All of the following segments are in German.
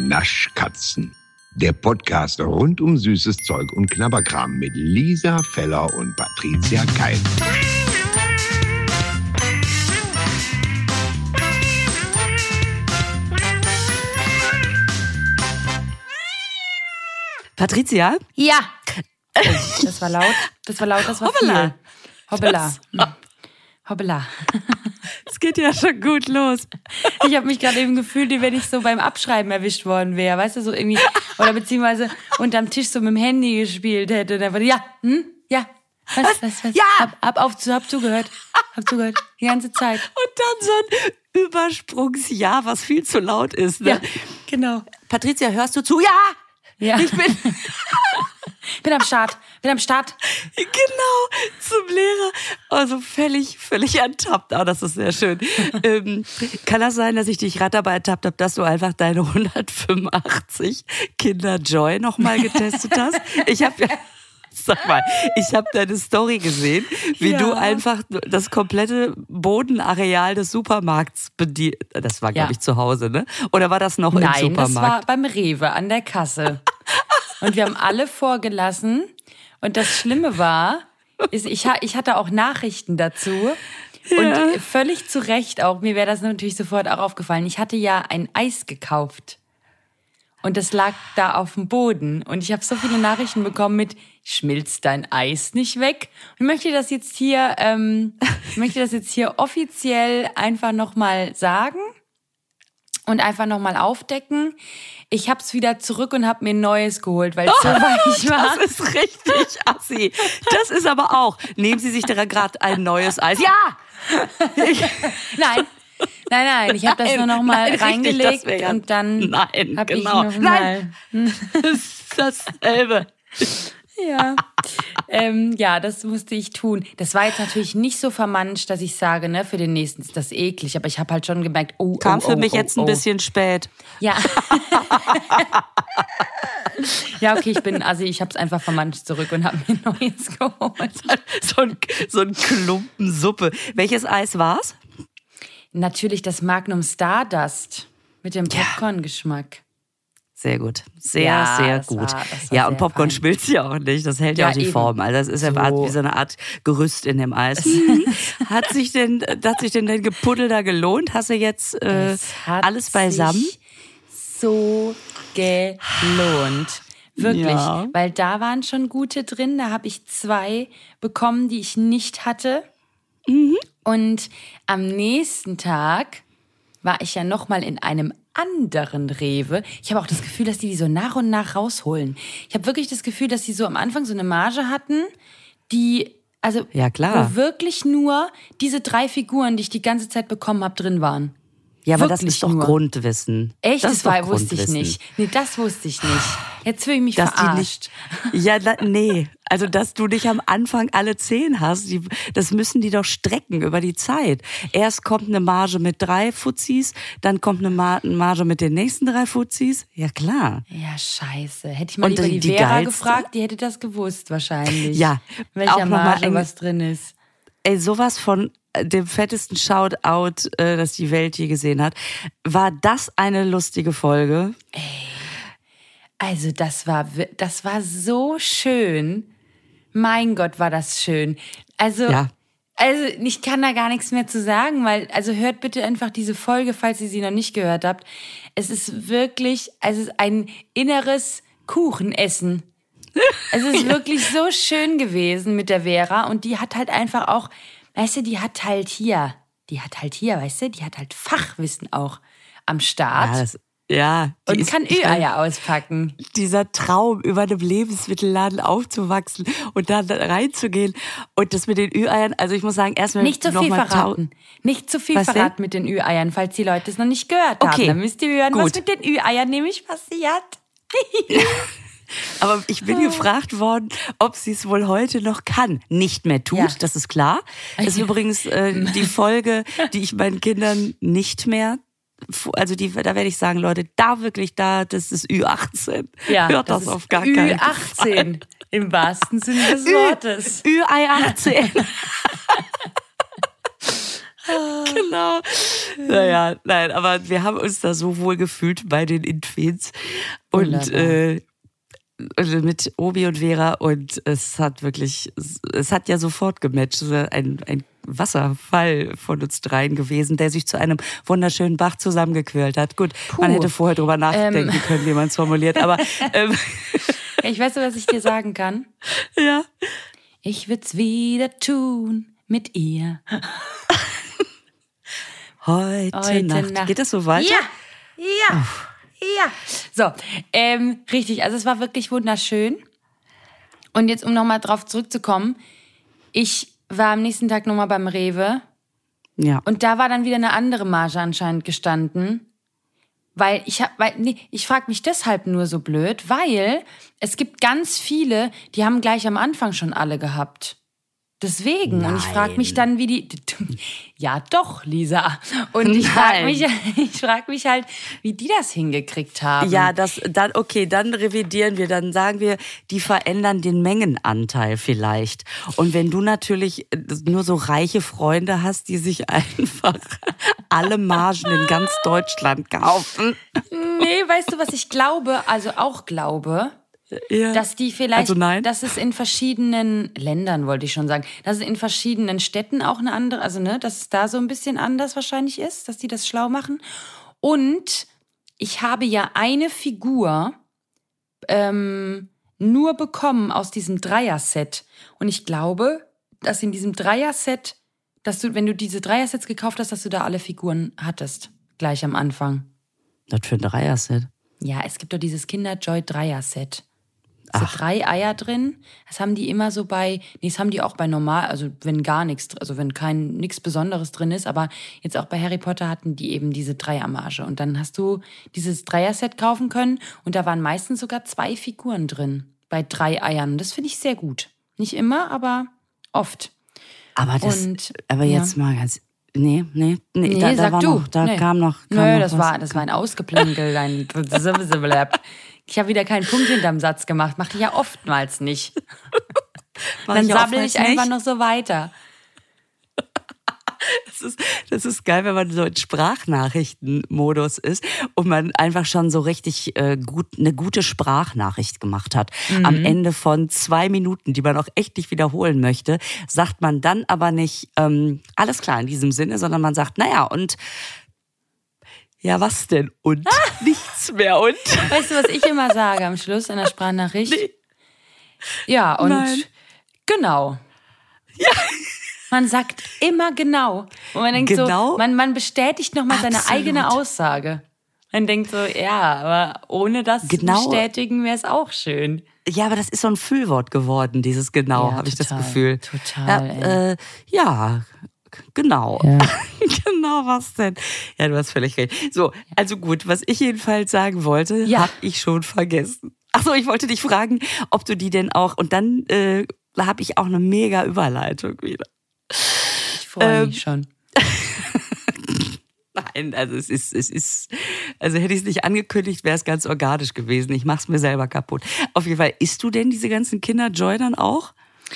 Naschkatzen. Der Podcast rund um süßes Zeug und Knabberkram mit Lisa Feller und Patricia Keil. Patricia? Ja. Das war laut, das war Hoppala. viel. Hoppala. Hoppala. Es geht ja schon gut los. Ich habe mich gerade eben gefühlt, wie wenn ich so beim Abschreiben erwischt worden wäre, weißt du, so irgendwie, oder beziehungsweise unterm Tisch so mit dem Handy gespielt hätte. Und einfach, ja, was? Ja! Hab zugehört, die ganze Zeit. Und dann so ein Übersprungsja, was viel zu laut ist. Ne? Ja, genau. Patricia, hörst du zu? Ja! Ja. Ich bin am Start. genau zum Lehrer. Also völlig ertappt. Oh, das ist sehr schön. Kann das sein, dass ich dich gerade dabei ertappt habe, dass du einfach deine 185 Kinder Joy nochmal getestet hast? Ich habe deine Story gesehen, wie du einfach das komplette Bodenareal des Supermarkts bedient. Das war, glaube ich, zu Hause, ne? Oder war das noch im Supermarkt? Nein, das war beim Rewe an der Kasse. Und wir haben alle vorgelassen. Und das Schlimme war, ich hatte auch Nachrichten dazu. Und völlig zu Recht auch, mir wäre das natürlich sofort auch aufgefallen. Ich hatte ja ein Eis gekauft. Und das lag da auf dem Boden. Und ich habe so viele Nachrichten bekommen mit, schmilzt dein Eis nicht weg? Und ich möchte das jetzt hier offiziell einfach nochmal sagen und einfach nochmal aufdecken. Ich hab's wieder zurück und hab mir ein neues geholt, weil es so weich war. Das ist richtig assi. Das ist aber auch, nehmen Sie sich da gerade ein neues Eis? Ja! Nein, ich habe das nur noch mal reingelegt und dann habe ich noch mal... Das ist dasselbe. Ja, das musste ich tun. Das war jetzt natürlich nicht so vermanscht, dass ich sage, ne, für den nächsten ist das eklig. Aber ich habe halt schon gemerkt, kam für mich jetzt ein bisschen spät. Ja. Ja, okay, ich habe es einfach vermanscht zurück und habe mir ein neues geholt. So ein Klumpen Suppe. Welches Eis war's? Natürlich das Magnum Stardust mit dem Popcorn-Geschmack. Sehr gut. Sehr gut. Ja, und Popcorn schmilzt ja auch nicht. Das hält ja auch die Form. Also das ist ja wie so eine Art Gerüst in dem Eis. Hat sich denn dein Gepuddel da gelohnt? Hast du jetzt alles beisammen? Sich so gelohnt. Wirklich. Ja. Weil da waren schon gute drin. Da habe ich 2 bekommen, die ich nicht hatte. Mhm. Und am nächsten Tag war ich ja nochmal in einem anderen Rewe. Ich habe auch das Gefühl, dass die so nach und nach rausholen. Ich habe wirklich das Gefühl, dass die so am Anfang so eine Marge hatten, die, also wo wirklich nur diese 3 Figuren, die ich die ganze Zeit bekommen habe, drin waren. Ja, aber das ist doch Grundwissen. Echt? Das wusste ich nicht. Nee, das wusste ich nicht. Jetzt fühle ich mich verarscht. Nee. Also, dass du nicht am Anfang alle 10 hast, das müssen die doch strecken über die Zeit. Erst kommt eine Marge mit 3 Fuzis, dann kommt eine Marge mit den nächsten 3 Fuzis. Ja, klar. Ja, scheiße. Hätte ich mal lieber die Vera gefragt, die hätte das gewusst wahrscheinlich. Ja. Welcher Marge was drin ist. Ey, sowas von dem fettesten Shoutout, das die Welt je gesehen hat. War das eine lustige Folge? Ey, also das war so schön. Mein Gott, war das schön. Also ich kann da gar nichts mehr zu sagen, weil, also hört bitte einfach diese Folge, falls ihr sie noch nicht gehört habt. Es ist ein inneres Kuchenessen. Es ist wirklich so schön gewesen mit der Vera und die hat halt einfach auch, weißt du, die hat halt Fachwissen auch am Start. Und kann Ü-Eier auspacken. Dieser Traum, über einem Lebensmittelladen aufzuwachsen und dann reinzugehen und das mit den Ü-Eiern, also ich muss sagen, erstmal nicht zu viel verraten. Nicht zu viel verraten mit den Ü-Eiern, falls die Leute es noch nicht gehört haben. Dann müsst ihr hören, was mit den Ü-Eiern nämlich passiert. Aber ich bin gefragt worden, ob sie es wohl heute noch kann. Nicht mehr tut, das ist klar. Das ist übrigens die Folge, die ich meinen Kindern nicht mehr, also da werde ich sagen, Leute, das ist Ü18. Ja, hört das auf gar keinen Fall. Ü18, im wahrsten Sinne des Wortes. Ü-Ei 18. Genau. Naja, nein, aber wir haben uns da so wohl gefühlt bei den Infins und mit Obi und Vera und es hat ja sofort gematcht. Ein Wasserfall von uns dreien gewesen, der sich zu einem wunderschönen Bach zusammengequält hat. Gut, man hätte vorher drüber nachdenken können, wie man es formuliert, aber ich weiß nur, was ich dir sagen kann. Ja. Ich würd's wieder tun mit ihr. Heute Nacht. Geht das so weiter? Ja. So, richtig, also es war wirklich wunderschön. Und jetzt, um nochmal drauf zurückzukommen, ich war am nächsten Tag nochmal beim Rewe. Ja. Und da war dann wieder eine andere Marge anscheinend gestanden. Weil ich frage mich deshalb nur so blöd, weil es gibt ganz viele, die haben gleich am Anfang schon alle gehabt. Deswegen. Nein. Und ich frage mich dann, wie die... Ja doch, Lisa. Und ich frage mich halt, wie die das hingekriegt haben. Ja, dann revidieren wir. Dann sagen wir, die verändern den Mengenanteil vielleicht. Und wenn du natürlich nur so reiche Freunde hast, die sich einfach alle Margen in ganz Deutschland kaufen. Nee, weißt du, was ich glaube? Also auch glaube... Ja. Dass die vielleicht, dass es in verschiedenen Ländern, wollte ich schon sagen, dass es in verschiedenen Städten auch eine andere, also dass es da so ein bisschen anders wahrscheinlich ist, dass die das schlau machen. Und ich habe ja eine Figur nur bekommen aus diesem Dreier-Set. Und ich glaube, dass in diesem Dreier-Set, dass du, wenn du diese Dreier-Sets gekauft hast, dass du da alle Figuren hattest, gleich am Anfang. Was für ein Dreier-Set? Ja, es gibt doch dieses Kinder-Joy-Dreier-Set. Es sind 3 Eier drin. Das haben die immer so das haben die auch bei normal, also wenn gar nichts, also wenn nichts Besonderes drin ist, aber jetzt auch bei Harry Potter hatten die eben diese Dreiermarge. Und dann hast du dieses Dreier-Set kaufen können und da waren meistens sogar 2 Figuren drin bei 3 Eiern. Das finde ich sehr gut. Nicht immer, aber oft. Aber jetzt mal ganz... Nee, sag du. Kam noch das war ein Ausgeplänkel. Ich habe wieder keinen Punkt hinterm Satz gemacht. Mache ich ja oftmals nicht. Dann sabbel ich einfach noch so weiter. Das ist geil, wenn man so in Sprachnachrichtenmodus ist und man einfach schon so richtig eine gute Sprachnachricht gemacht hat. Mhm. Am Ende von 2 Minuten, die man auch echt nicht wiederholen möchte, sagt man dann aber nicht alles klar in diesem Sinne, sondern man sagt, naja, und ja, was denn? Und nichts mehr und. Weißt du, was ich immer sage am Schluss einer Sprachnachricht? Nee. Ja, und genau. Ja. Man sagt immer genau. Und man denkt so, man bestätigt nochmal seine eigene Aussage. Man denkt so, ja, aber ohne das zu bestätigen wäre es auch schön. Ja, aber das ist so ein Füllwort geworden, dieses genau, habe ich das Gefühl. Total. Genau. Ja. Genau, was denn? Ja, du hast völlig recht. So, also gut, was ich jedenfalls sagen wollte, habe ich schon vergessen. Achso, ich wollte dich fragen, ob du die denn auch, und dann habe ich auch eine mega Überleitung wieder. Ich freue mich schon. Nein, also es ist, also hätte ich es nicht angekündigt, wäre es ganz organisch gewesen. Ich mach's mir selber kaputt. Auf jeden Fall, isst du denn diese ganzen Kinder-Joy dann auch?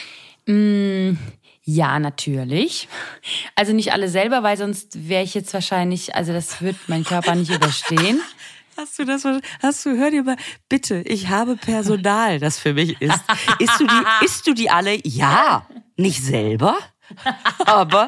Ja, natürlich. Also nicht alle selber, weil sonst wäre ich jetzt wahrscheinlich, also das wird mein Körper nicht überstehen. Hör dir mal, bitte, ich habe Personal, das für mich ist. Isst du die alle? Ja, nicht selber, aber...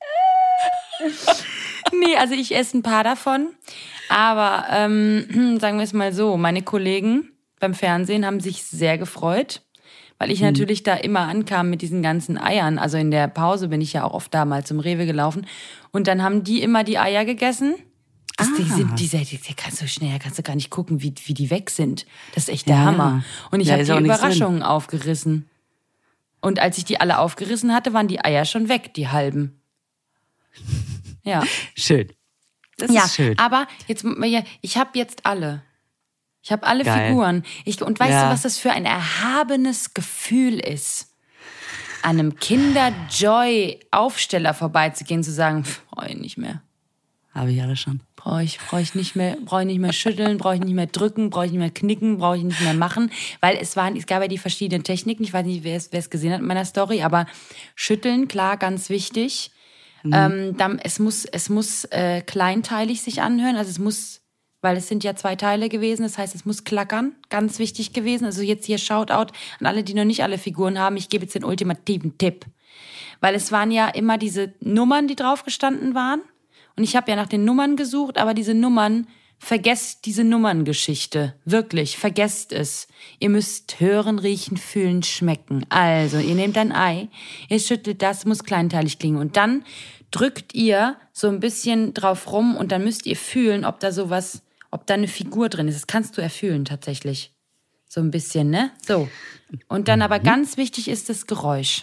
Nee, also ich esse ein paar davon, aber sagen wir es mal so, meine Kollegen beim Fernsehen haben sich sehr gefreut, weil ich natürlich da immer ankam mit diesen ganzen Eiern. Also in der Pause bin ich ja auch oft da mal zum Rewe gelaufen und dann haben die immer die Eier gegessen. Die kannst du schnell, kannst du gar nicht gucken, wie die weg sind. Das ist echt der Hammer. Und ich habe die Überraschungen aufgerissen. Und als ich die alle aufgerissen hatte, waren die Eier schon weg, die halben. Ja. Schön. Das ist schön. Aber jetzt, ich habe jetzt alle. Ich habe alle Figuren. Und weißt du, was das für ein erhabenes Gefühl ist? An einem Kinder-Joy-Aufsteller vorbeizugehen, zu sagen, brauche ich nicht mehr. Habe ich alle schon. Brauche ich nicht mehr schütteln, brauche ich nicht mehr drücken, brauche ich nicht mehr knicken, brauche ich nicht mehr machen. Weil es gab ja die verschiedenen Techniken. Ich weiß nicht, wer es gesehen hat in meiner Story, aber schütteln, klar, ganz wichtig. Es muss kleinteilig sich anhören, also es muss, weil es sind ja 2 Teile gewesen, das heißt, es muss klackern, ganz wichtig gewesen. Also jetzt hier Shoutout an alle, die noch nicht alle Figuren haben. Ich gebe jetzt den ultimativen Tipp. Weil es waren ja immer diese Nummern, die drauf gestanden waren. Und ich habe ja nach den Nummern gesucht, aber diese Nummern, vergesst diese Nummerngeschichte. Wirklich, vergesst es. Ihr müsst hören, riechen, fühlen, schmecken. Also, ihr nehmt ein Ei, ihr schüttelt das, muss kleinteilig klingen. Und dann drückt ihr so ein bisschen drauf rum und dann müsst ihr fühlen, ob da eine Figur drin ist. Das kannst du erfühlen tatsächlich. So ein bisschen, ne? So. Und dann aber ganz wichtig ist das Geräusch.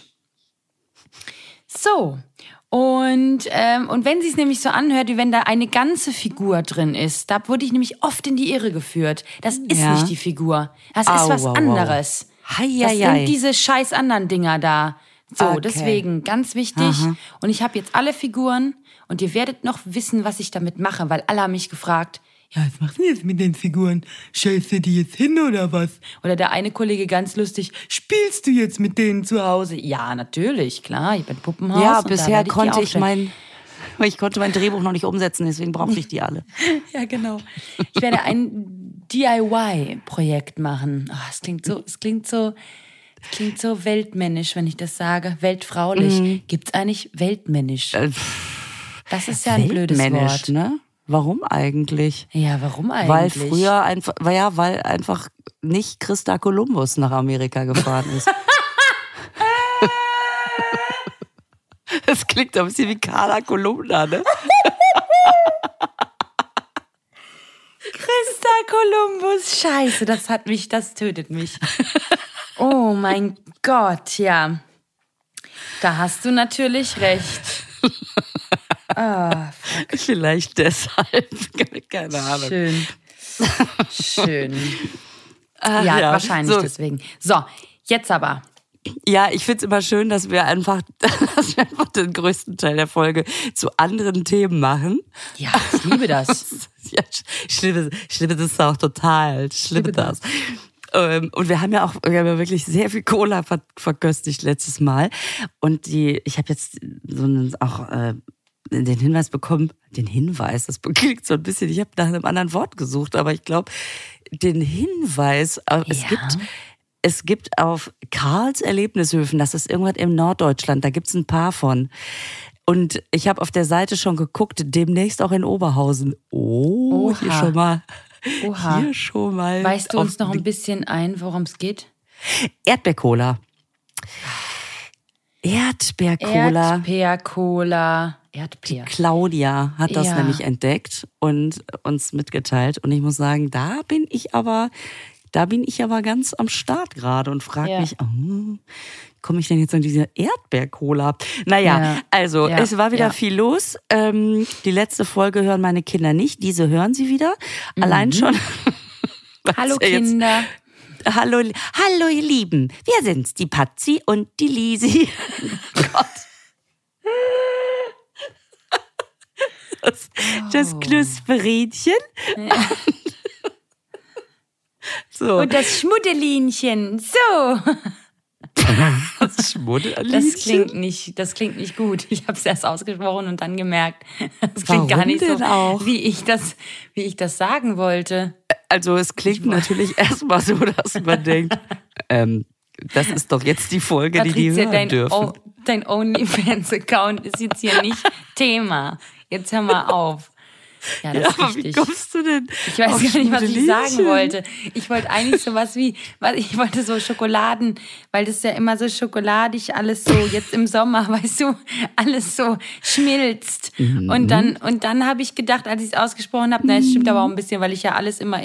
So. Und wenn sie es nämlich so anhört, wie wenn da eine ganze Figur drin ist, da wurde ich nämlich oft in die Irre geführt. Das ist nicht die Figur. Das ist was anderes. Das sind diese scheiß anderen Dinger da. So, deswegen ganz wichtig. Aha. Und ich habe jetzt alle Figuren und ihr werdet noch wissen, was ich damit mache, weil alle haben mich gefragt, ja, was machst du jetzt mit den Figuren? Stellst du die jetzt hin oder was? Oder der eine Kollege ganz lustig, spielst du jetzt mit denen zu Hause? Ja, natürlich, klar, ich bin Puppenhaus. Ja, bisher konnte ich mein Drehbuch noch nicht umsetzen, deswegen brauchte ich die alle. Ja, genau. Ich werde ein DIY-Projekt machen. Oh, es klingt so weltmännisch, wenn ich das sage. Weltfraulich. Gibt's eigentlich weltmännisch? Das ist ja ein blödes Wort. Ne? Warum eigentlich? Ja, warum eigentlich? Weil früher weil einfach nicht Christa Kolumbus nach Amerika gefahren ist. Das klingt doch ein bisschen wie Carla Kolumna, ne? Christa Kolumbus, scheiße, das tötet mich. Oh mein Gott, ja. Da hast du natürlich recht. Ah, fuck. Vielleicht deshalb. Keine Ahnung. Schön. Ja, wahrscheinlich so. Deswegen. So, jetzt aber. Ja, ich find's immer schön, dass wir einfach den größten Teil der Folge zu anderen Themen machen. Ja, ich liebe das. Ja, ich liebe das auch total. Ich liebe das. Und wir haben ja wirklich sehr viel Cola verköstigt letztes Mal. Und ich habe jetzt den Hinweis bekommen, das klingt so ein bisschen, ich habe nach einem anderen Wort gesucht, aber ich glaube, den Hinweis, es gibt auf Karls Erlebnishöfen, das ist irgendwas im Norddeutschland, da gibt's ein paar von. Und ich habe auf der Seite schon geguckt, demnächst auch in Oberhausen. Oh, Oha. Hier schon mal. Weißt du uns noch ein bisschen ein, worum es geht? Erdbeercola. Die Claudia hat das nämlich entdeckt und uns mitgeteilt. Und ich muss sagen, da bin ich aber ganz am Start gerade und frage mich, komme ich denn jetzt an diese Erdbeercola? Naja, es war wieder viel los. Die letzte Folge hören meine Kinder nicht, diese hören sie wieder. Allein schon. Hallo Kinder. Hallo ihr Lieben. Wir sind's, die Patzi und die Lisi. Gott. Das Knusperrädchen. Ja. So. Und das Schmuddelinchen. So. Das Schmuddelinchen? Das klingt nicht gut. Ich habe es erst ausgesprochen und dann gemerkt, das klingt gar nicht so, wie ich das sagen wollte. Also es klingt natürlich erstmal so, dass man denkt, das ist doch jetzt die Folge, Patricia, die hören dürfen. Dein OnlyFans-Account ist jetzt hier nicht Thema. Jetzt hör mal auf. Ja, das ist richtig. Wie kommst du denn? Ich weiß gar nicht, was ich sagen wollte. Ich wollte eigentlich sowas ich wollte so Schokoladen, weil das ist ja immer so schokoladig, alles so jetzt im Sommer, weißt du, alles so schmilzt. Mhm. Und dann habe ich gedacht, als ich es ausgesprochen habe, es stimmt aber auch ein bisschen, weil ich ja alles immer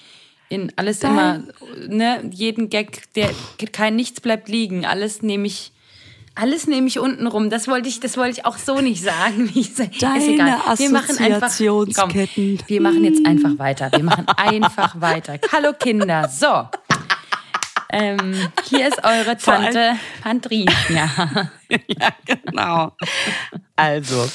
jeden Gag, nichts bleibt liegen, alles nehme ich unten rum. Das wollte ich auch so nicht sagen. Ist egal. Wir machen jetzt einfach weiter. Hallo Kinder. So. Hier ist eure Tante Patricia. Ja, genau. Also,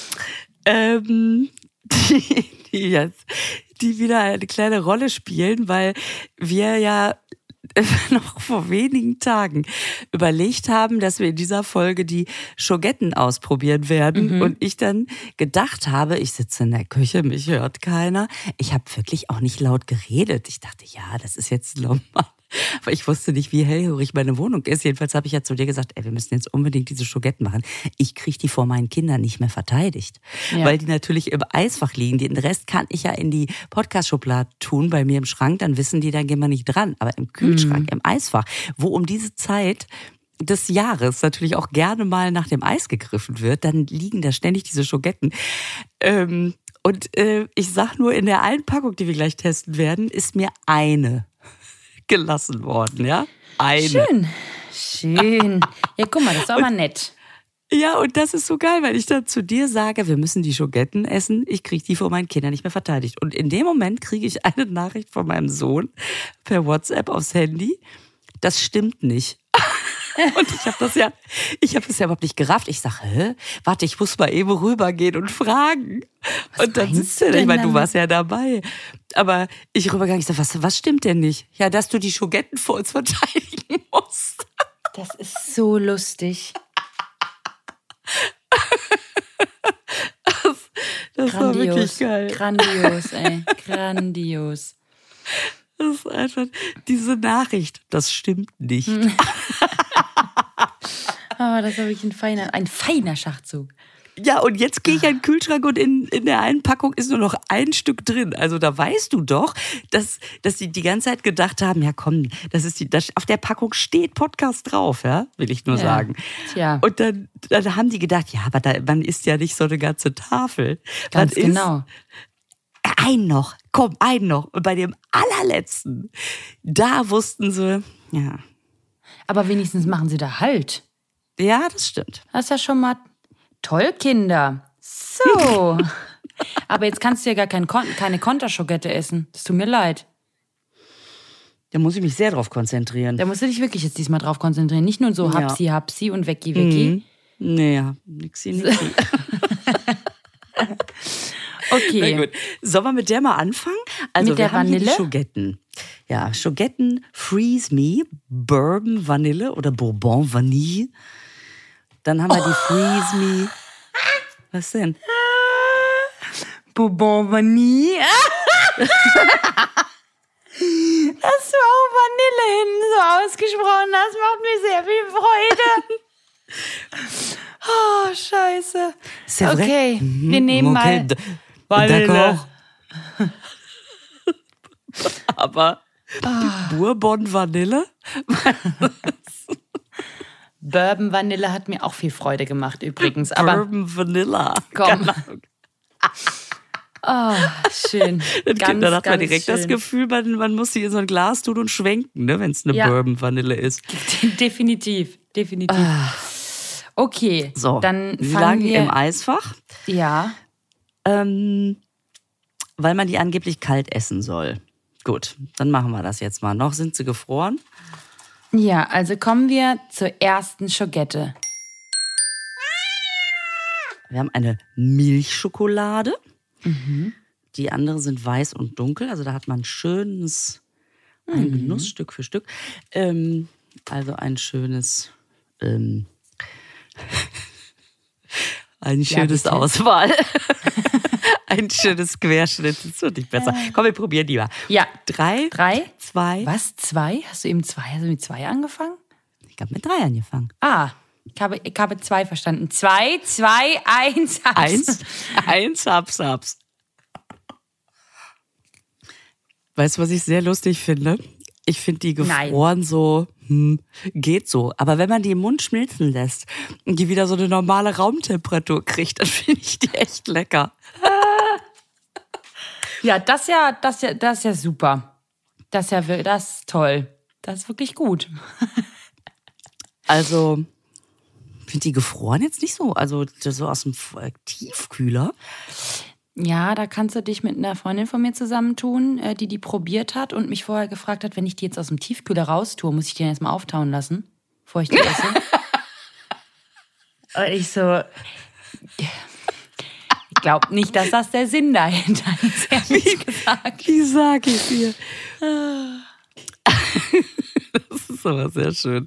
die wieder eine kleine Rolle spielen, weil wir ja noch vor wenigen Tagen überlegt haben, dass wir in dieser Folge die Schogetten ausprobieren werden. Und ich dann gedacht habe, ich sitze in der Küche, mich hört keiner. Ich habe wirklich auch nicht laut geredet. Ich dachte, ja, das ist jetzt normal. Aber ich wusste nicht, wie hellhörig meine Wohnung ist. Jedenfalls habe ich ja zu dir gesagt, wir müssen jetzt unbedingt diese Schogetten machen. Ich kriege die vor meinen Kindern nicht mehr verteidigt. Ja. Weil die natürlich im Eisfach liegen. Den Rest kann ich ja in die Podcast-Schublade tun, bei mir im Schrank. Dann wissen die, dann gehen wir nicht dran. Aber im Kühlschrank, im Eisfach, wo um diese Zeit des Jahres natürlich auch gerne mal nach dem Eis gegriffen wird, dann liegen da ständig diese Schogetten. Und ich sag nur, in der einen Packung, die wir gleich testen werden, ist mir eine gelassen worden, ja? Eine. Schön. Ja, guck mal, das ist aber nett. Ja, und das ist so geil, weil ich dann zu dir sage, wir müssen die Schogetten essen, ich kriege die vor meinen Kindern nicht mehr verteidigt. Und in dem Moment kriege ich eine Nachricht von meinem Sohn per WhatsApp aufs Handy, das stimmt nicht. Und ich habe das ja überhaupt nicht gerafft. Ich sage, warte, ich muss mal eben rübergehen und fragen. Und dann sitzt er, ich meine, du warst ja dabei. Aber ich rübergegangen, ich sage, was stimmt denn nicht? Ja, dass du die Schogetten vor uns verteidigen musst. Das ist so lustig. Das war wirklich geil. Grandios, ey. Grandios. Das ist einfach diese Nachricht, das stimmt nicht. Aber das war wirklich ein feiner Schachzug. Ja, und jetzt gehe ich an den Kühlschrank und in der einen Packung ist nur noch ein Stück drin. Also da weißt du doch, dass die ganze Zeit gedacht haben, ja komm, auf der Packung steht Podcast drauf, ja, will ich nur sagen. Tja. Und dann haben die gedacht, ja, aber man isst ja nicht so eine ganze Tafel. Ganz genau. Einen noch. Und bei dem allerletzten, da wussten sie, ja. Aber wenigstens machen sie da Halt. Ja, das stimmt. Das ist ja schon mal toll, Kinder. So. Aber jetzt kannst du ja gar keine Konterschogette essen. Das tut mir leid. Da muss ich mich sehr drauf konzentrieren. Da musst du dich wirklich jetzt diesmal drauf konzentrieren. Nicht nur so hapsi und wecki. Naja, nixi. Okay. Na gut. Sollen wir mit der mal anfangen? Also mit der Vanille? Die Schogetten. Ja, Schogetten Freeze Me, Bourbon Vanille oder Bourbon Vanille. Dann haben wir die Freeze Me. Was denn? Bourbon Vanille. Dass du auch Vanille hinten so ausgesprochen hast, macht mir sehr viel Freude. Oh, scheiße. Okay, wir nehmen mal Vanille. Aber die Bourbon Vanille? Bourbon Vanille hat mir auch viel Freude gemacht übrigens. Aber Bourbon Vanilla. Komm. Oh, schön. Dann hat man direkt schön. Das Gefühl, man muss sie in so ein Glas tun und schwenken, ne, wenn es eine Bourbon Vanille ist. Definitiv. Okay, so, dann sie lagen im Eisfach. Ja. Weil man die angeblich kalt essen soll. Gut, dann machen wir das jetzt mal. Noch sind sie gefroren. Ja, also kommen wir zur ersten Schogette. Wir haben eine Milchschokolade. Die anderen sind weiß und dunkel. Also da hat man ein Genuss Stück für Stück. Also ein schönes Auswahl. Ein schönes Querschnitt. Das wird nicht besser. Komm, wir probieren die mal. Ja. 3, 2. Was? 2? Hast du eben 2? Hast du mit 2 angefangen? Ich habe mit 3 angefangen. Ich habe 2 verstanden. 2, 2, 1, Haps. 1, Haps. Weißt du, was ich sehr lustig finde? Ich finde die gefroren so, geht so. Aber wenn man die im Mund schmilzen lässt und die wieder so eine normale Raumtemperatur kriegt, dann finde ich die echt lecker. Ja, das ist ja super. Das ist toll. Das ist wirklich gut. Also, ich finde die gefroren jetzt nicht so. Also, so aus dem Tiefkühler. Ja, da kannst du dich mit einer Freundin von mir zusammentun, die probiert hat und mich vorher gefragt hat, wenn ich die jetzt aus dem Tiefkühler raustue, muss ich die jetzt mal auftauen lassen, bevor ich die esse. Und ich so, ich glaube nicht, dass das der Sinn dahinter ist, ehrlich gesagt. Wie sag ich dir? Das ist aber sehr schön.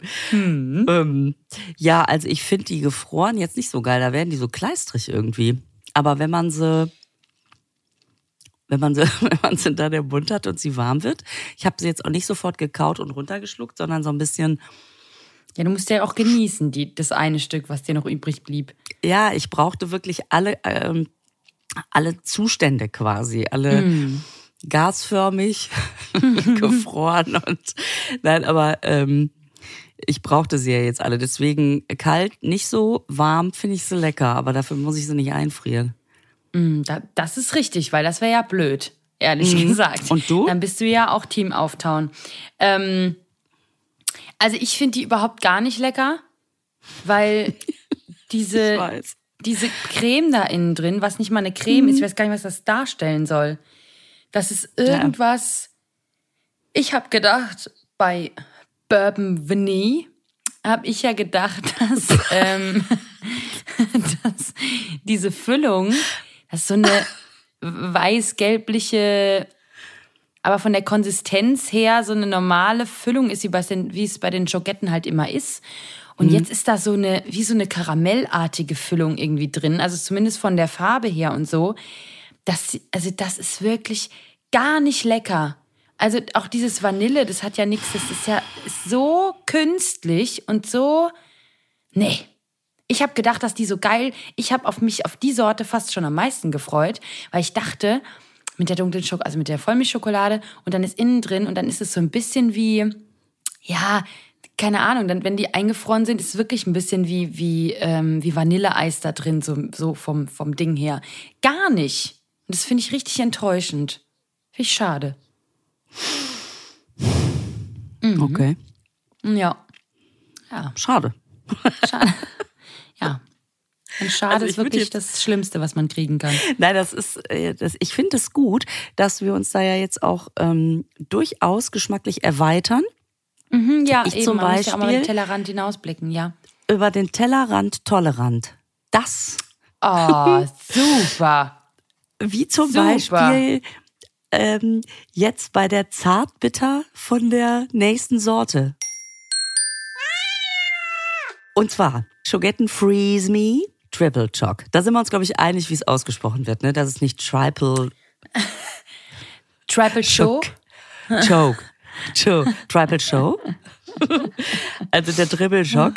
Ja, also ich finde die gefroren jetzt nicht so geil. Da werden die so kleistrig irgendwie. Aber wenn man sie dann im Mund hat und sie warm wird. Ich habe sie jetzt auch nicht sofort gekaut und runtergeschluckt, sondern so ein bisschen. Ja, du musst ja auch genießen, das eine Stück, was dir noch übrig blieb. Ja, ich brauchte wirklich alle Zustände quasi, alle gasförmig gefroren und nein, aber ich brauchte sie ja jetzt alle. Deswegen kalt, nicht so warm, finde ich sie lecker, aber dafür muss ich sie nicht einfrieren. Das ist richtig, weil das wäre ja blöd, ehrlich gesagt. Und du? Dann bist du ja auch Team Auftauen. Also ich finde die überhaupt gar nicht lecker, weil diese Creme da innen drin, was nicht mal eine Creme ist, ich weiß gar nicht, was das darstellen soll. Das ist irgendwas, ich habe gedacht, bei Bourbon Vanille habe ich ja gedacht, dass diese Füllung, das ist so eine weiß-gelbliche, aber von der Konsistenz her so eine normale Füllung ist, wie es bei den Schoketten halt immer ist. Und jetzt ist da wie so eine karamellartige Füllung irgendwie drin, also zumindest von der Farbe her und so. Das ist wirklich gar nicht lecker. Also auch dieses Vanille, das hat ja nichts, das ist ja so künstlich und so, nee. Ich habe gedacht, dass die so geil, ich habe mich auf die Sorte fast schon am meisten gefreut, weil ich dachte, mit der dunklen Schokolade, also mit der Vollmilchschokolade und dann ist innen drin und dann ist es so ein bisschen wie, ja, keine Ahnung, dann wenn die eingefroren sind, ist es wirklich ein bisschen wie Vanilleeis da drin, so vom Ding her. Gar nicht. Und das finde ich richtig enttäuschend. Finde ich schade. Okay. Ja. Schade. Ja. Und schade Also ist wirklich das Schlimmste, was man kriegen kann. Nein, ich finde es gut, dass wir uns da ja jetzt auch durchaus geschmacklich erweitern. Ja, ich eben, zum man muss ja auch mal Beispiel über den Tellerrand hinausblicken, ja. Über den Tellerrand tolerant. Das. Oh, super. Wie zum Beispiel jetzt bei der Zartbitter von der nächsten Sorte. Und zwar Schogetten Freeze Me Triple Choc. Da sind wir uns, glaube ich, einig, wie es ausgesprochen wird, ne? Das ist nicht Triple Choke. Triple Show. Also der Triple Choc.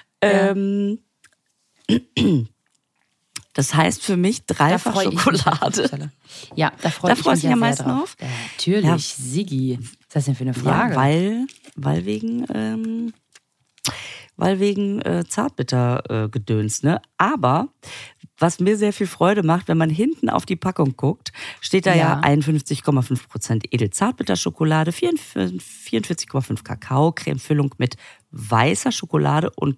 Das heißt für mich dreifach Schokolade. Ja, da freue ich mich am meisten drauf. Natürlich, ja. Siggi. Was ist das denn für eine Frage? Ja, weil wegen Zartbitter-Gedöns, ne? Aber was mir sehr viel Freude macht, wenn man hinten auf die Packung guckt, steht da ja 51,5% Edel-Zartbitterschokolade, 44,5 Kakao, Cremefüllung mit weißer Schokolade und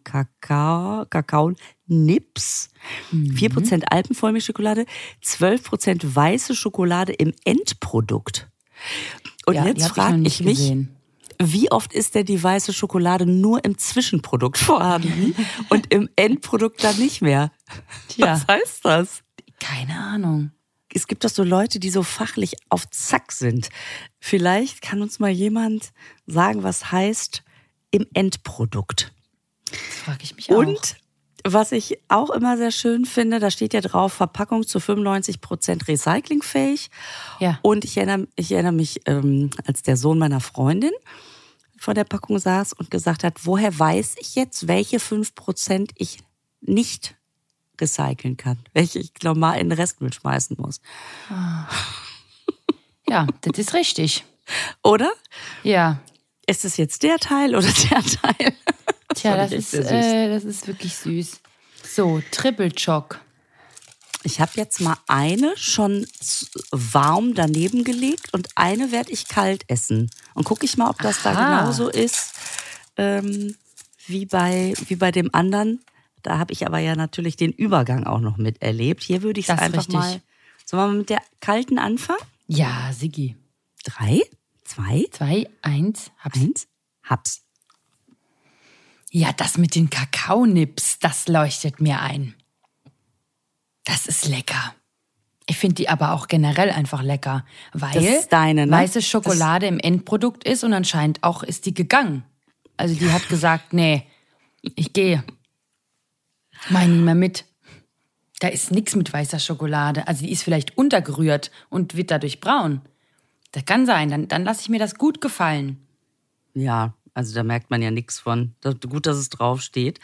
Kakao-Nips, 4% Alpenvollmilchschokolade, 12% weiße Schokolade im Endprodukt. Und jetzt frage ich mich, wie oft ist denn die weiße Schokolade nur im Zwischenprodukt vorhanden und im Endprodukt dann nicht mehr? Was heißt das? Keine Ahnung. Es gibt doch so Leute, die so fachlich auf Zack sind. Vielleicht kann uns mal jemand sagen, was heißt im Endprodukt. Das frage ich mich auch. Und was ich auch immer sehr schön finde, da steht ja drauf, Verpackung zu 95% recyclingfähig. Ja. Und ich erinnere mich, als der Sohn meiner Freundin vor der Packung saß und gesagt hat, woher weiß ich jetzt, welche 5% ich nicht recyceln kann, welche ich normal in den Restmüll schmeißen muss. Ja, das ist richtig. Oder? Ja. Ist es jetzt der Teil oder der Teil? Tja, das ist wirklich süß. So, Triple Choc. Ich habe jetzt mal eine schon warm daneben gelegt und eine werde ich kalt essen. Und gucke ich mal, ob das da genauso ist wie bei dem anderen. Da habe ich aber ja natürlich den Übergang auch noch miterlebt. Hier würde ich es einfach mal... Sollen wir mal mit der kalten anfangen? Ja, Siggi. 3, 2, 1, hab's. Ja, das mit den Kakaonips, das leuchtet mir ein. Das ist lecker. Ich finde die aber auch generell einfach lecker, weil das ist deine, ne? weiße Schokolade im Endprodukt ist und anscheinend auch ist die gegangen. Also die hat gesagt, nee, ich gehe. Mach ich nicht mehr mit. Da ist nichts mit weißer Schokolade. Also die ist vielleicht untergerührt und wird dadurch braun. Das kann sein. Dann lasse ich mir das gut gefallen. Ja, also da merkt man ja nichts von. Gut, dass es draufsteht.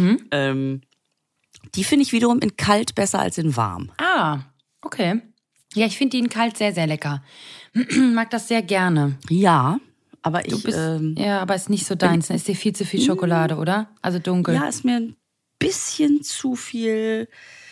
Die finde ich wiederum in kalt besser als in warm. Ah, okay. Ja, ich finde die in kalt sehr, sehr lecker. Mag das sehr gerne. Ja, aber aber ist nicht so deins. Ist dir viel zu viel Schokolade, oder? Also dunkel. Ja, ist mir ein bisschen zu viel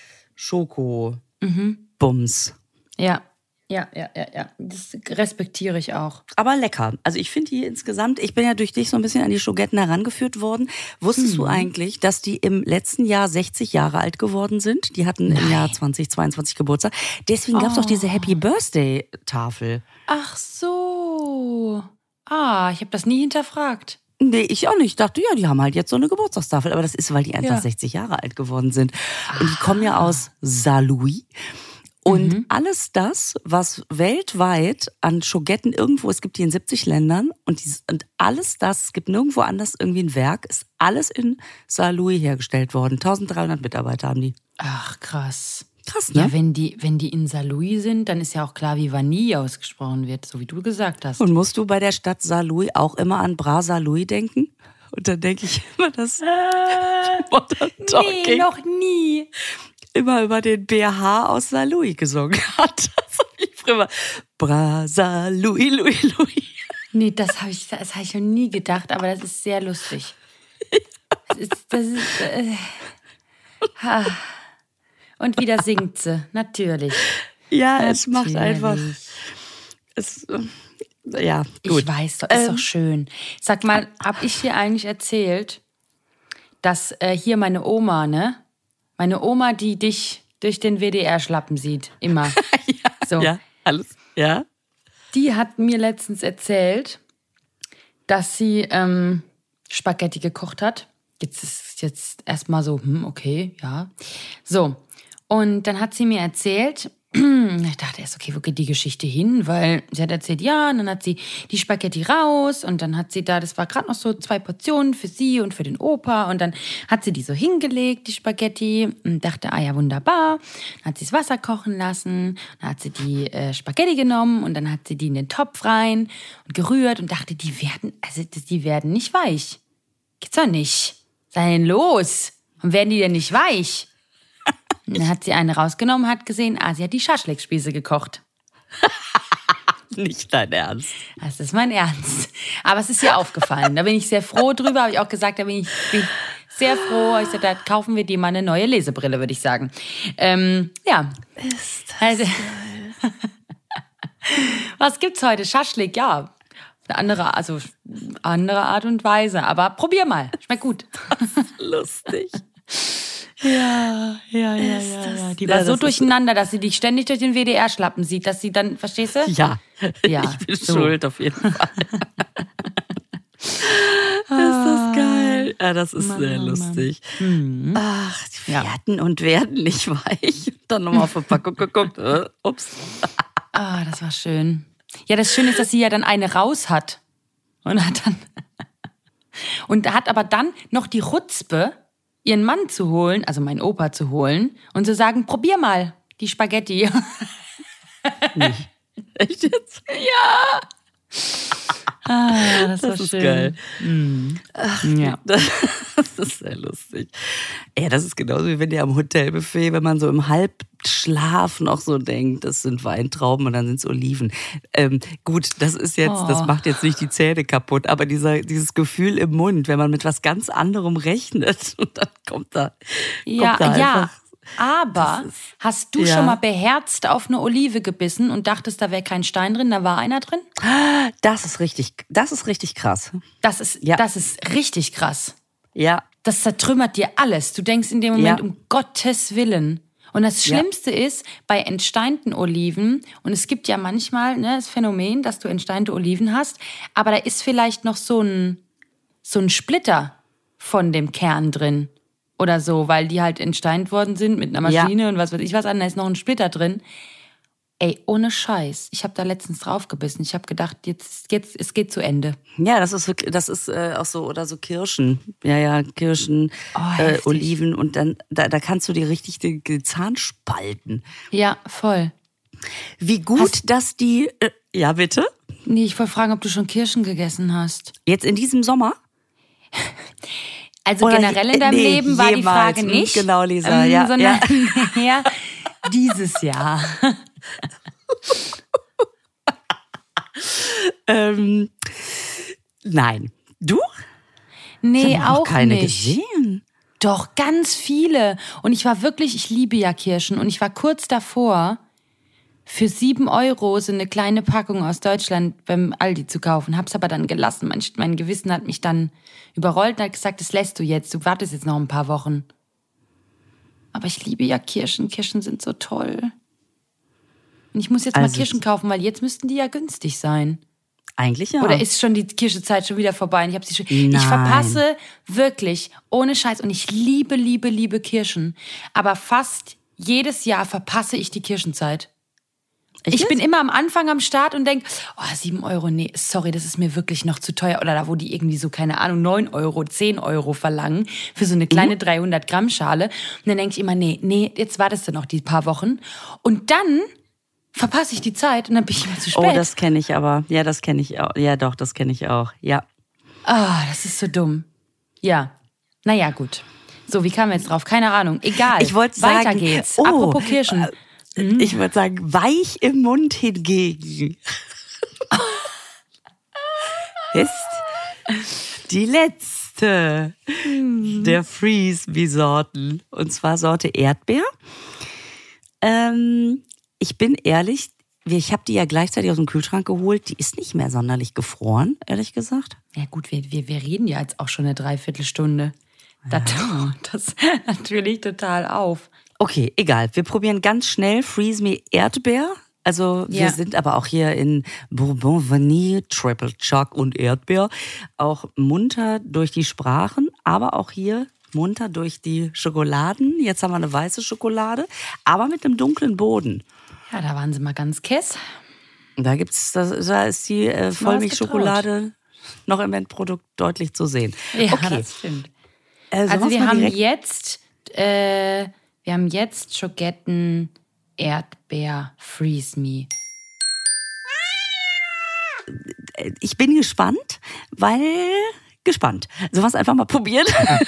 Schoko-Bums. Ja. Das respektiere ich auch. Aber lecker. Also ich finde die insgesamt, ich bin ja durch dich so ein bisschen an die Schogetten herangeführt worden. Wusstest du eigentlich, dass die im letzten Jahr 60 Jahre alt geworden sind? Die hatten im Jahr 2022 Geburtstag. Deswegen gab es auch diese Happy Birthday-Tafel. Ach so. Ich habe das nie hinterfragt. Nee, ich auch nicht. Ich dachte, ja, die haben halt jetzt so eine Geburtstagstafel. Aber das ist, weil die einfach 60 Jahre alt geworden sind. Und die kommen ja aus Saarlouis. Und alles das, was weltweit an Schogetten irgendwo, es gibt die in 70 Ländern und alles das, es gibt nirgendwo anders irgendwie ein Werk, ist alles in Saarlouis hergestellt worden. 1300 Mitarbeiter haben die. Ach, krass. Krass, ne? Ja, wenn die in Saarlouis sind, dann ist ja auch klar, wie Vanille ausgesprochen wird, so wie du gesagt hast. Und musst du bei der Stadt Saarlouis auch immer an Bras Saarlouis denken? Und dann denke ich immer, das Modern Talking. Nee, noch nie. Immer über den BH aus Saarlouis gesungen hat. Das hab ich früher. Bras Saarlouis, Louis. Nee, das hab ich noch nie gedacht, aber das ist sehr lustig. Und wieder singt sie, natürlich. Ja, es macht einfach. Ja, gut. Ich weiß doch, ist doch schön. Sag mal, hab ich dir eigentlich erzählt, dass hier meine Oma, ne? Meine Oma, die dich durch den WDR-Schlappen sieht, immer. Ja, so. Ja, alles, ja. Die hat mir letztens erzählt, dass sie Spaghetti gekocht hat. Jetzt erstmal so, okay, ja. So, und dann hat sie mir erzählt, ich dachte erst, okay, wo geht die Geschichte hin? Weil sie hat erzählt, ja, und dann hat sie die Spaghetti raus und dann hat sie das war gerade noch so 2 Portionen für sie und für den Opa und dann hat sie die so hingelegt, die Spaghetti, und dachte, ja, wunderbar. Dann hat sie das Wasser kochen lassen, dann hat sie die Spaghetti genommen und dann hat sie die in den Topf rein und gerührt und dachte, die werden nicht weich. Geht's doch nicht. Was ist denn los? Und werden die denn nicht weich? Dann hat sie eine rausgenommen, hat gesehen, sie hat die Schaschlikspieße gekocht. Nicht dein Ernst. Das ist mein Ernst. Aber es ist ihr aufgefallen. Da bin ich sehr froh drüber, habe ich auch gesagt, da bin ich sehr froh. Ich sagte, da kaufen wir dir mal eine neue Lesebrille, würde ich sagen. Ja. Ist das geil. Was gibt's heute? Schaschlik, ja. Eine andere Art und Weise. Aber probier mal. Schmeckt gut. Lustig. Ja. Die war so durcheinander, dass sie dich ständig durch den WDR-Schlappen sieht, dass sie dann, verstehst du? Ja. Ich bin schuld auf jeden Fall. Ist das geil. Ja, das ist sehr lustig. Ach, die werden nicht weich. Dann nochmal auf Verpackung geguckt. Ups. Das war schön. Ja, das Schöne ist, dass sie ja dann eine raus hat. Und hat aber dann noch die Chutzpe, ihren Mann zu holen, also meinen Opa zu holen und zu sagen, probier mal die Spaghetti. Nicht. Echt jetzt? Ja. Das war ist schön. Geil. Ach, ja. Das ist sehr lustig. Ja, das ist genauso wie wenn ihr am Hotelbuffet, wenn man so im Halbschlaf noch so denkt, das sind Weintrauben und dann sind es Oliven. Gut, das ist jetzt, das macht jetzt nicht die Zähne kaputt, aber dieses Gefühl im Mund, wenn man mit was ganz anderem rechnet und dann kommt da einfach. Aber hast du schon mal beherzt auf eine Olive gebissen und dachtest, da wäre kein Stein drin, da war einer drin? Das ist richtig krass. Das ist richtig krass. Ja. Das zertrümmert dir alles. Du denkst in dem Moment, um Gottes Willen. Und das Schlimmste ist, bei entsteinten Oliven, und es gibt ja manchmal das Phänomen, dass du entsteinte Oliven hast, aber da ist vielleicht noch so ein Splitter von dem Kern drin. Oder so, weil die halt entsteint worden sind mit einer Maschine und was weiß ich was, da ist noch ein Splitter drin. Ey, ohne Scheiß. Ich habe da letztens draufgebissen. Ich habe gedacht, jetzt, es geht zu Ende. Ja, das ist auch so, oder so Kirschen. Ja, Kirschen, Oliven und dann, da kannst du dir richtig den Zahn spalten. Ja, voll. Wie gut, dass die, ja bitte? Nee, ich wollte fragen, ob du schon Kirschen gegessen hast. Jetzt in diesem Sommer? Also oder generell in deinem Leben war die Frage nicht. Genau, Lisa, ja. Sondern ja, dieses Jahr. Nein. Du? Nee, ich auch keine nicht. Gesehen. Doch, ganz viele. Und ich liebe ja Kirschen. Und ich war kurz davor, für 7 € so eine kleine Packung aus Deutschland beim Aldi zu kaufen. Hab's aber dann gelassen. Mein Gewissen hat mich dann überrollt und hat gesagt, das lässt du jetzt. Du wartest jetzt noch ein paar Wochen. Aber ich liebe ja Kirschen. Kirschen sind so toll. Und ich muss jetzt mal Kirschen kaufen, weil jetzt müssten die ja günstig sein. Eigentlich ja. Oder ist schon die Kirschezeit schon wieder vorbei? Und ich verpasse wirklich, ohne Scheiß, und ich liebe, liebe, liebe Kirschen. Aber fast jedes Jahr verpasse ich die Kirschenzeit. Ich bin immer am Anfang am Start und denke, 7 €, nee, sorry, das ist mir wirklich noch zu teuer. Oder da, wo die irgendwie so, keine Ahnung, 9 €, 10 € verlangen für so eine kleine 300-Gramm-Schale. Und dann denke ich immer, nee, jetzt wartest du noch die paar Wochen. Und dann verpasse ich die Zeit und dann bin ich immer zu spät. Oh, das kenne ich aber. Ja, das kenne ich auch. Ja, doch, das kenne ich auch. Ja. Das ist so dumm. Ja. Naja, gut. So, wie kamen wir jetzt drauf? Keine Ahnung. Egal. Ich wollte weiter sagen, geht's. Apropos Kirschen. Ich würde sagen, weich im Mund hingegen ist die letzte der Freeze-Me-Sorten. Und zwar Sorte Erdbeer. Ich bin ehrlich, ich habe die ja gleichzeitig aus dem Kühlschrank geholt. Die ist nicht mehr sonderlich gefroren, ehrlich gesagt. Ja gut, wir reden ja jetzt auch schon eine Dreiviertelstunde. Da taucht das natürlich total auf. Okay, egal. Wir probieren ganz schnell Freeze Me Erdbeer. Also wir sind aber auch hier in Bourbon Vanille, Triple Choc und Erdbeer auch munter durch die Sprachen, aber auch hier munter durch die Schokoladen. Jetzt haben wir eine weiße Schokolade, aber mit einem dunklen Boden. Ja, da waren sie mal ganz kess. Da ist die Vollmilchschokolade noch im Endprodukt deutlich zu sehen. Ja, okay. Das stimmt. Also wir haben jetzt Schogetten Erdbeer Freeze Me. Ich bin gespannt, Sollen wir es einfach mal probieren?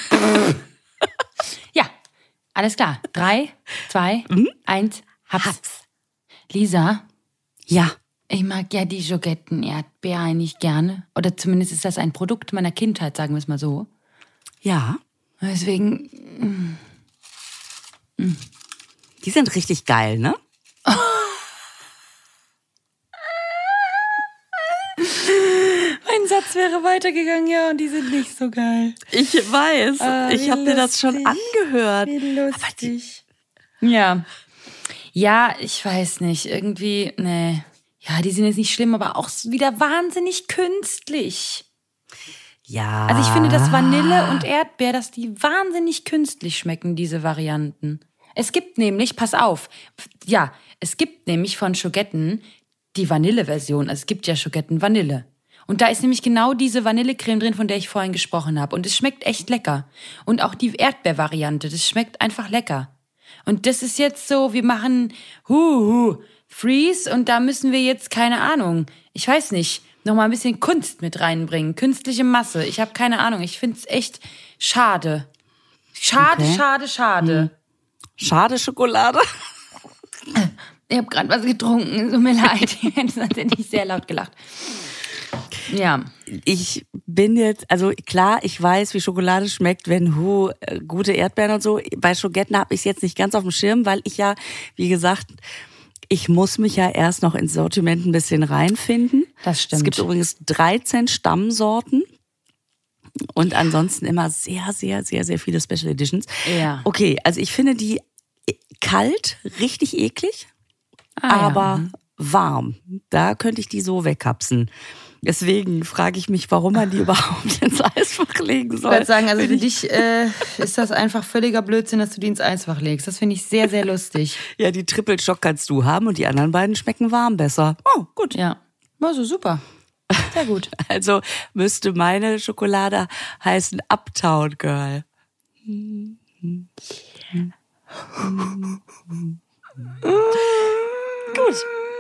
Ja, alles klar. 3, 2, 1, hab's. Lisa? Ja. Ich mag ja die Schogetten Erdbeer eigentlich gerne. Oder zumindest ist das ein Produkt meiner Kindheit, sagen wir es mal so. Ja. Deswegen. Die sind richtig geil, ne? Mein Satz wäre weitergegangen, ja, und die sind nicht so geil. Ich weiß. Ich habe mir das schon angehört. Wie lustig. Ja. Ja, ich weiß nicht. Irgendwie, nee. Ja, die sind jetzt nicht schlimm, aber auch wieder wahnsinnig künstlich. Ja. Also ich finde, dass Vanille und Erdbeer, dass die wahnsinnig künstlich schmecken, diese Varianten. Es gibt nämlich, pass auf, ja, es gibt nämlich von Schogetten die Vanille-Version. Also es gibt ja Schogetten Vanille. Und da ist nämlich genau diese Vanillecreme drin, von der ich vorhin gesprochen habe. Und es schmeckt echt lecker. Und auch die Erdbeer-Variante, das schmeckt einfach lecker. Und das ist jetzt so, wir machen Freeze und da müssen wir jetzt, keine Ahnung, ich weiß nicht, nochmal ein bisschen Kunst mit reinbringen. Künstliche Masse. Ich habe keine Ahnung. Ich finde es echt schade. Schade. Schade Schokolade. Ich habe gerade was getrunken. Tut mir leid. Das hat nicht sehr laut gelacht. Ja. Ich bin jetzt, also klar, ich weiß, wie Schokolade schmeckt, wenn gute Erdbeeren und so. Bei Schogetten habe ich es jetzt nicht ganz auf dem Schirm, weil ich ja, wie gesagt, ich muss mich ja erst noch ins Sortiment ein bisschen reinfinden. Das stimmt. Es gibt übrigens 13 Stammsorten und ansonsten immer sehr, sehr, sehr, sehr viele Special Editions. Ja. Okay, also ich finde die kalt richtig eklig, aber warm. Da könnte ich die so wegkapsen. Deswegen frage ich mich, warum man die überhaupt ins Eisfach legen soll. Ich würde sagen, also für dich ist das einfach völliger Blödsinn, dass du die ins Eisfach legst. Das finde ich sehr, sehr lustig. Ja, die Triple-Schock kannst du haben und die anderen beiden schmecken warm besser. Oh, gut. Ja, also super. Sehr gut. Also müsste meine Schokolade heißen Uptown Girl. Gut.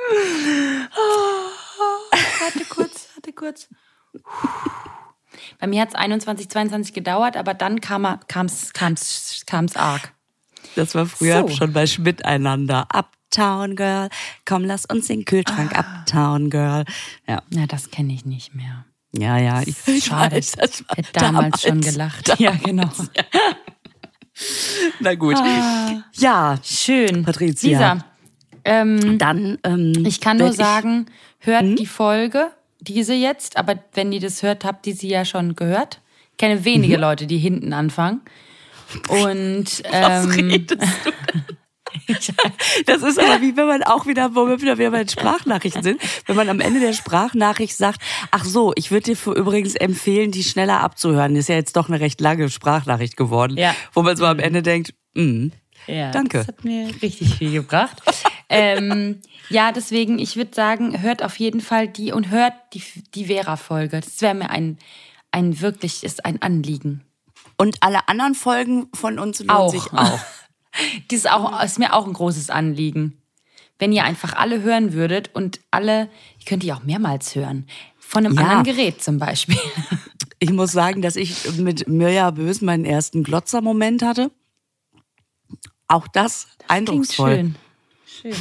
Warte kurz. Bei mir hat es 21, 22 gedauert, aber dann kam's arg. Das war früher schon bei Schmidt einander. Uptown Girl, komm, lass uns den Kühlschrank Uptown Girl. Ja, das kenne ich nicht mehr. Ja. Schade, ich hätte damals schon gelacht. Ja, genau. Ja. Na gut. Ja, schön. Patricia. Lisa, dann ich kann nur sagen, hört die Folge, diese jetzt, aber wenn ihr das hört, habt ihr sie ja schon gehört. Ich kenne wenige Leute, die hinten anfangen. Und was redest du denn? Das ist aber wie wenn man auch wieder, wo wir wieder bei den Sprachnachrichten sind, wenn man am Ende der Sprachnachricht sagt, ach so, ich würde dir übrigens empfehlen, die schneller abzuhören. Das ist ja jetzt doch eine recht lange Sprachnachricht geworden, wo man so am Ende denkt, danke. Das hat mir richtig viel gebracht. Ja, deswegen, ich würde sagen, hört auf jeden Fall die und hört die Vera-Folge. Das wäre mir ein Anliegen. Und alle anderen Folgen von uns lohnt sich auch. Das ist mir auch ein großes Anliegen. Wenn ihr einfach alle hören würdet und ihr könnt die auch mehrmals hören. Von einem anderen Gerät zum Beispiel. Ich muss sagen, dass ich mit Mirja Bös meinen ersten Glotzer-Moment hatte. Auch das eindrucksvoll. Schön.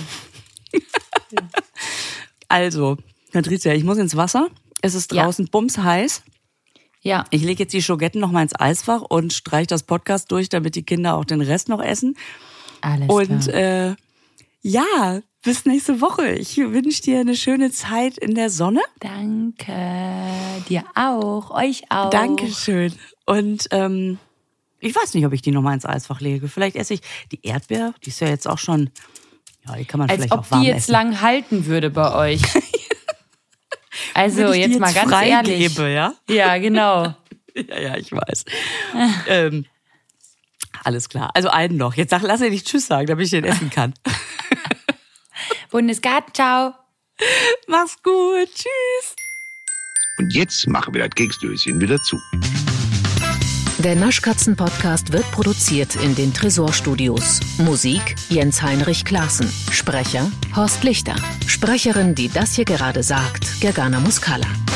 Also, Patricia, ich muss ins Wasser. Es ist draußen bumsheiß. Ja. Ich lege jetzt die Schogetten noch mal ins Eisfach und streiche das Podcast durch, damit die Kinder auch den Rest noch essen. Alles klar. Und bis nächste Woche. Ich wünsche dir eine schöne Zeit in der Sonne. Danke. Dir auch. Euch auch. Dankeschön. Und ich weiß nicht, ob ich die noch mal ins Eisfach lege. Vielleicht esse ich die Erdbeer. Die ist ja jetzt auch schon, die kann man vielleicht auch warm essen. Als ob die jetzt lang halten würde bei euch. Also jetzt mal ganz ehrlich. Ja? Ja, genau. Ja, ich weiß. Alles klar. Also einen noch. Jetzt lass ihr nicht Tschüss sagen, damit ich den essen kann. Bundesgarten, ciao. Mach's gut. Tschüss. Und jetzt machen wir das Keksdöschen wieder zu. Der Naschkatzen-Podcast wird produziert in den Tresorstudios. Musik Jens-Heinrich Klaassen. Sprecher Horst Lichter. Sprecherin, die das hier gerade sagt, Gergana Muscala.